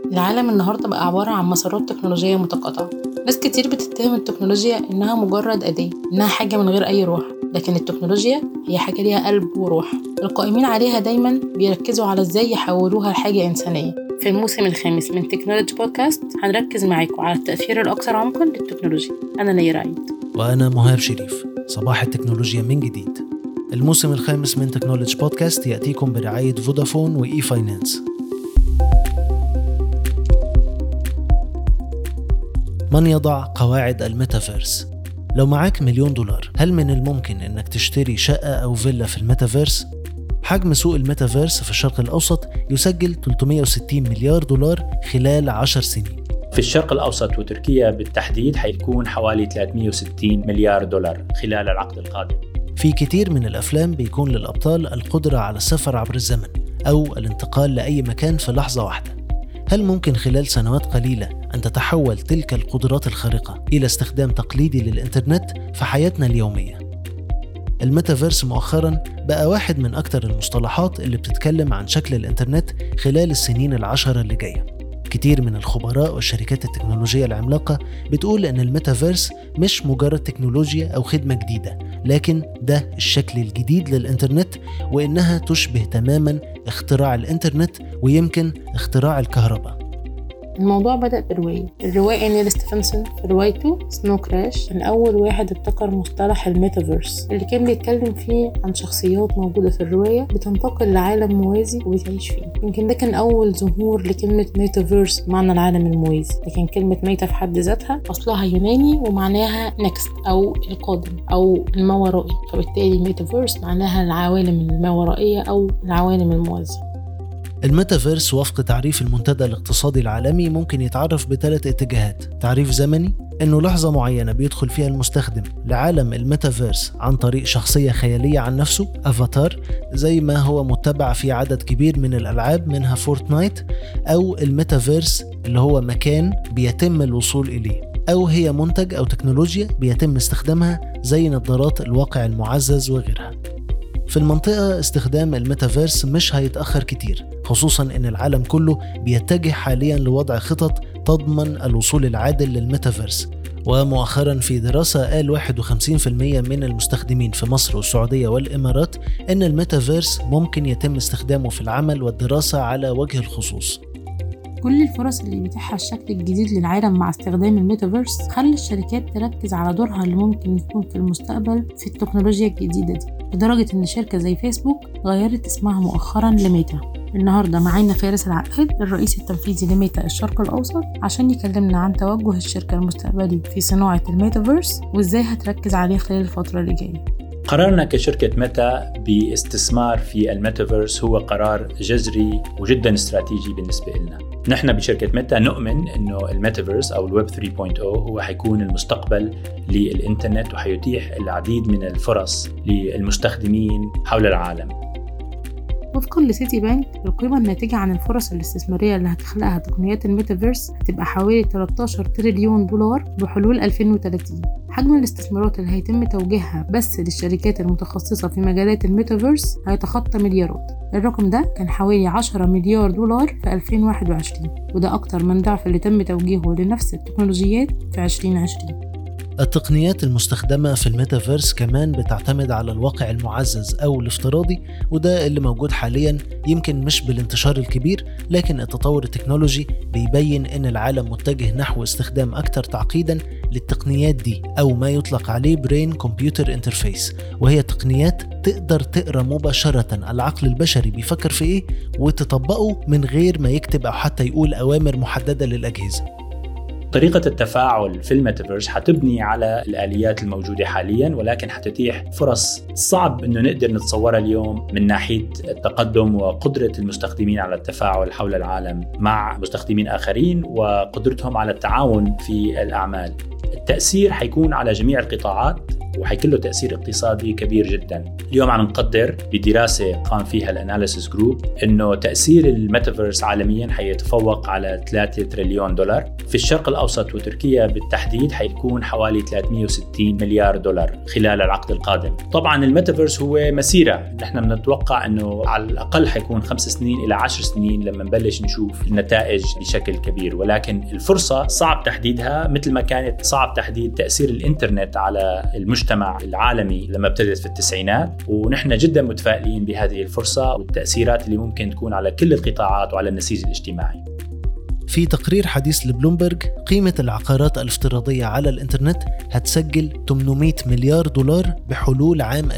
العالم النهاردة بقى عبارة عن مسارات تكنولوجية متقاطعة. ناس كتير بتتهم التكنولوجيا إنها مجرد أداة، إنها حاجة من غير أي روح، لكن التكنولوجيا هي حاجة ليها قلب وروح. القائمين عليها دايما بيركزوا على إزاي يحولوها لحاجة إنسانية. في الموسم الخامس من تكنولوجي بودكاست هنركز معاكم على التأثير الأكثر عمقا للتكنولوجيا. أنا نيرة عيد وأنا مهاب شريف. صباح التكنولوجيا من جديد. الموسم الخامس من تكنولوجي بودكاست يأتيكم برعاية فودافون وإي فاينانس. من يضع قواعد الميتافيرس؟ لو معاك $1,000,000 هل من الممكن أنك تشتري شقة أو فيلا في الميتافيرس؟ حجم سوق الميتافيرس في الشرق الأوسط يسجل $360 مليار خلال 10 سنين. في الشرق الأوسط وتركيا بالتحديد حيكون حوالي $360 مليار خلال العقد القادم. في كتير من الأفلام بيكون للأبطال القدرة على السفر عبر الزمن أو الانتقال لأي مكان في لحظة واحدة. هل ممكن خلال سنوات قليلة أن تتحول تلك القدرات الخارقة إلى استخدام تقليدي للإنترنت في حياتنا اليومية؟ الميتافيرس مؤخراً بقى واحد من أكتر المصطلحات اللي بتتكلم عن شكل الإنترنت خلال السنين 10 اللي جاية. كتير من الخبراء والشركات التكنولوجية العملاقة بتقول أن الميتافيرس مش مجرد تكنولوجيا أو خدمة جديدة، لكن ده الشكل الجديد للإنترنت، وإنها تشبه تماماً اختراع الإنترنت ويمكن اختراع الكهرباء. الموضوع بدأ برواية الروائي نيل ستيفنسون. في روايته سنو كراش كان أول واحد ابتكر مصطلح الميتافيرس، اللي كان بيتكلم فيه عن شخصيات موجودة في الرواية بتنتقل لعالم موازي وبتعيش فيه. يمكن ده كان أول ظهور لكلمة ميتافيرس معنى العالم الموازي، لكن كلمة ميتا في حد ذاتها أصلها يوناني ومعناها نيكست أو القادم أو الماورائي، فبالتالي ميتافيرس معناها العوالم الماورائية أو العوالم الموازية. الميتافيرس وفق تعريف المنتدى الاقتصادي العالمي ممكن يتعرف ب3 اتجاهات. تعريف زمني، إنه لحظة معينة بيدخل فيها المستخدم لعالم الميتافيرس عن طريق شخصية خيالية عن نفسه، أفاتار، زي ما هو متبع في عدد كبير من الألعاب منها فورتنايت. أو الميتافيرس اللي هو مكان بيتم الوصول إليه، أو هي منتج أو تكنولوجيا بيتم استخدامها زي نظارات الواقع المعزز وغيرها. في المنطقة استخدام الميتافيرس مش هيتأخر كتير، خصوصاً إن العالم كله بيتجه حالياً لوضع خطط تضمن الوصول العادل للميتافيرس. ومؤخراً في دراسة قال 51% من المستخدمين في مصر والسعودية والإمارات إن الميتافيرس ممكن يتم استخدامه في العمل والدراسة على وجه الخصوص. كل الفرص اللي بيتيحها الشكل الجديد للعالم مع استخدام الميتافيرس خلى الشركات تركز على دورها اللي ممكن يكون في المستقبل في التكنولوجيا الجديدة دي، لدرجة إن شركة زي فيسبوك غيرت اسمها مؤخراً لميتا. النهاردة معانا فارس العقاد، الرئيس التنفيذي لميتا الشرق الأوسط، عشان يكلمنا عن توجه الشركة المستقبلي في صناعة الميتافيرس وإزاي هتركز عليه خلال الفترة اللي جاية. قرارنا كشركة ميتا باستثمار في الميتافيرس هو قرار جذري وجدا استراتيجي بالنسبة لنا. نحن بشركة ميتا نؤمن أنه الميتافيرس أو الويب 3.0 هو حيكون المستقبل للإنترنت وحيتيح العديد من الفرص للمستخدمين حول العالم. وفقاً لسيتي بانك، القيمة الناتجة عن الفرص الاستثمارية اللي هتخلقها تقنيات الميتافيرس هتبقى حوالي $13 تريليون بحلول 2030. حجم الاستثمارات اللي هيتم توجيهها بس للشركات المتخصصة في مجالات الميتافيرس هيتخطى مليارات. الرقم ده كان حوالي $10 مليار في 2021، وده أكتر من ضعف اللي تم توجيهه لنفس التكنولوجيات في 2020. التقنيات المستخدمة في الميتافيرس كمان بتعتمد على الواقع المعزز أو الافتراضي، وده اللي موجود حاليا، يمكن مش بالانتشار الكبير، لكن التطور التكنولوجي بيبين إن العالم متجه نحو استخدام أكثر تعقيدا للتقنيات دي، أو ما يطلق عليه برين كمبيوتر انترفيس، وهي تقنيات تقدر تقرأ مباشرة العقل البشري بيفكر في إيه وتطبقه من غير ما يكتب أو حتى يقول أوامر محددة للأجهزة. طريقة التفاعل في الميتافيرس حتبني على الآليات الموجودة حالياً، ولكن حتتيح فرص صعب إنه نقدر نتصورها اليوم من ناحية التقدم وقدرة المستخدمين على التفاعل حول العالم مع مستخدمين آخرين وقدرتهم على التعاون في الأعمال. التأثير حيكون على جميع القطاعات، وحيكون له تأثير اقتصادي كبير جدا. اليوم عم نقدر بدراسة قام فيها الاناليسيس جروب إنه تأثير الميتافيرس عالميا حيتفوق على 3 تريليون دولار. في الشرق الأوسط وتركيا بالتحديد حيكون حوالي 360 مليار دولار خلال العقد القادم. طبعا الميتافيرس هو مسيرة، نحن بنتوقع إنه على الأقل حيكون 5 سنين إلى 10 سنين لما نبلش نشوف النتائج بشكل كبير، ولكن الفرصة صعب تحديدها مثل ما كانت صعب تحديد تأثير الإنترنت على المجتمع العالمي لما ابتدت في التسعينات. ونحن جدا متفائلين بهذه الفرصة والتأثيرات اللي ممكن تكون على كل القطاعات وعلى النسيج الاجتماعي. في تقرير حديث لبلومبرج، قيمة العقارات الافتراضية على الإنترنت هتسجل 800 مليار دولار بحلول عام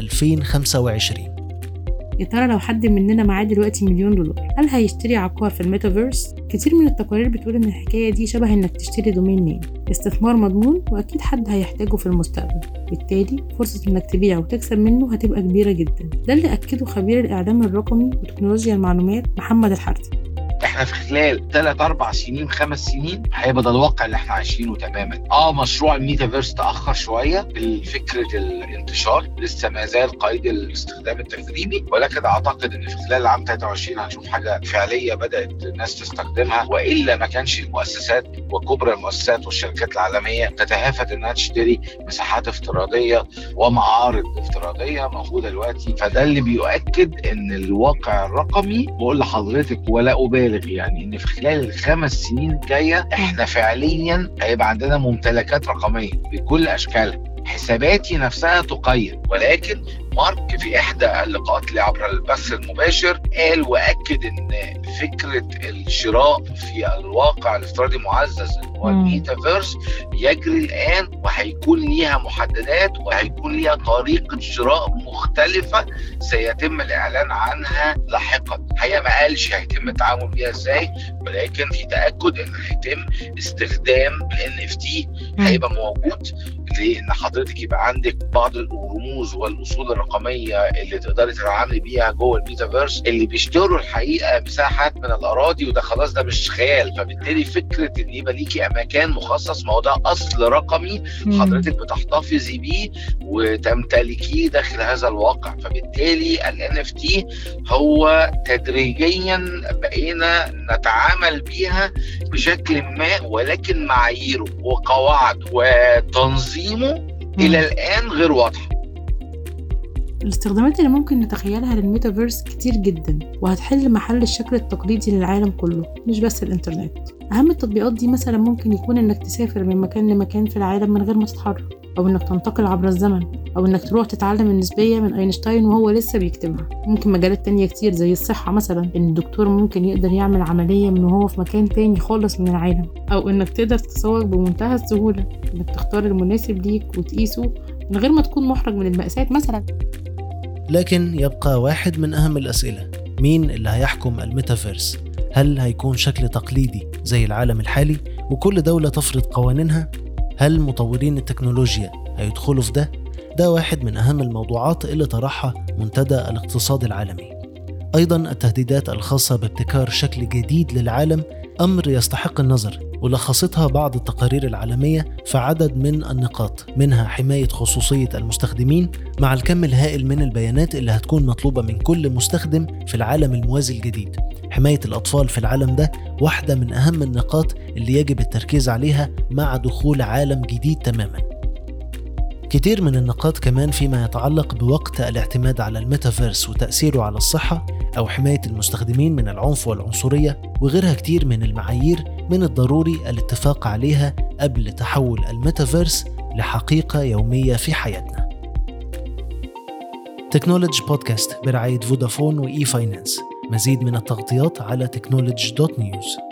2025. يا ترى لو حد مننا معاه دلوقتي $1,000,000 هل هيشتري عقار في الميتافيرس؟ كتير من التقارير بتقول ان الحكاية دي شبه انك تشتري دومين نيم، استثمار مضمون واكيد حد هيحتاجه في المستقبل، بالتالي فرصة انك تبيع وتكسب منه هتبقى كبيرة جدا. ده اللي اكده خبير الاعلام الرقمي وتكنولوجيا المعلومات محمد الحارثي. احنا في خلال 3-4 سنين 5 سنين هيبقى ده الواقع اللي احنا عايشينه تماما. مشروع الميتافيرس تاخر شويه بالفكره الانتشار، لسه ما زال قيد الاستخدام التجريبي، ولكن اعتقد ان في خلال العام 23 هنشوف حاجه فعليه بدات الناس تستخدمها، والا ما كانش المؤسسات وكبرى المؤسسات والشركات العالميه تتهافت انها تشتري مساحات افتراضيه ومعارض افتراضيه موجوده دلوقتي. فده اللي بيؤكد ان الواقع الرقمي، بقول لحضرتك ولا أبالغ يعني ان في خلال ال5 سنين الجايه احنا فعليا هيبقى عندنا ممتلكات رقميه بكل اشكالها. حساباتي نفسها تقيد، ولكن مارك في احدى اللقاءات اللي عبر البث المباشر قال واكد ان فكره الشراء في الواقع الافتراضي المعزز اللي هو الميتافيرس يجري الان، وهيكون ليها محددات وهيكون ليها طريقه شراء مختلفه سيتم الاعلان عنها لاحقا. الحقيقه ما قالش هيتم التعامل بيها ازاي، ولكن في تاكد ان هيتم استخدام NFT هيبقى موجود، لان حضرتك يبقى عندك بعض الرموز والاصول الرقميه اللي تقدري تتعاملي بيها جوه الميتافيرس، اللي بيشتروا الحقيقه مساحات من الاراضي، وده خلاص ده مش خيال. فبالتالي فكره ان يبقى ليكي مكان مخصص، ما هو ده اصل رقمي حضرتك بتحتفظي بيه وتمتلكيه داخل هذا الواقع. فبالتالي NFT هو تدريجيا بقينا نتعامل بيها بشكل ما، ولكن معاييره وقواعده وتنظيمه الى الان غير واضحه. الاستخدامات اللي ممكن نتخيلها للميتافيرس كتير جدا، وهتحل محل الشكل التقليدي للعالم كله مش بس الانترنت. اهم التطبيقات دي مثلا ممكن يكون انك تسافر من مكان لمكان في العالم من غير ما تتحرك، او انك تنتقل عبر الزمن، او انك تروح تتعلم النسبية من اينشتاين وهو لسه بيكتبها. ممكن مجالات تانية كتير زي الصحة مثلا، ان الدكتور ممكن يقدر يعمل عملية من وهو في مكان تاني خالص من العالم، او انك تقدر تتسوق بمنتهى السهولة، انك تختار المناسب ليك وتقيسه من غير ما تكون محرج من المقاسات مثلا. لكن يبقى واحد من أهم الأسئلة: مين اللي هيحكم الميتافيرس؟ هل هيكون شكل تقليدي زي العالم الحالي وكل دولة تفرض قوانينها؟ هل مطورين التكنولوجيا هيدخلوا في ده؟ ده واحد من أهم الموضوعات اللي طرحها منتدى الاقتصاد العالمي. أيضا التهديدات الخاصة بابتكار شكل جديد للعالم أمر يستحق النظر، ولخصتها بعض التقارير العالمية في عدد من النقاط، منها حماية خصوصية المستخدمين مع الكم الهائل من البيانات اللي هتكون مطلوبة من كل مستخدم في العالم الموازي الجديد. حماية الأطفال في العالم ده واحدة من أهم النقاط اللي يجب التركيز عليها مع دخول عالم جديد تماما. كتير من النقاط كمان فيما يتعلق بوقت الاعتماد على الميتافيرس وتأثيره على الصحة أو حماية المستخدمين من العنف والعنصرية، وغيرها كتير من المعايير من الضروري الاتفاق عليها قبل تحول الميتافيرس لحقيقة يومية في حياتنا. تكنولوجي بودكاست برعاية فودافون وإي فاينانس. مزيد من التغطيات على technology.news.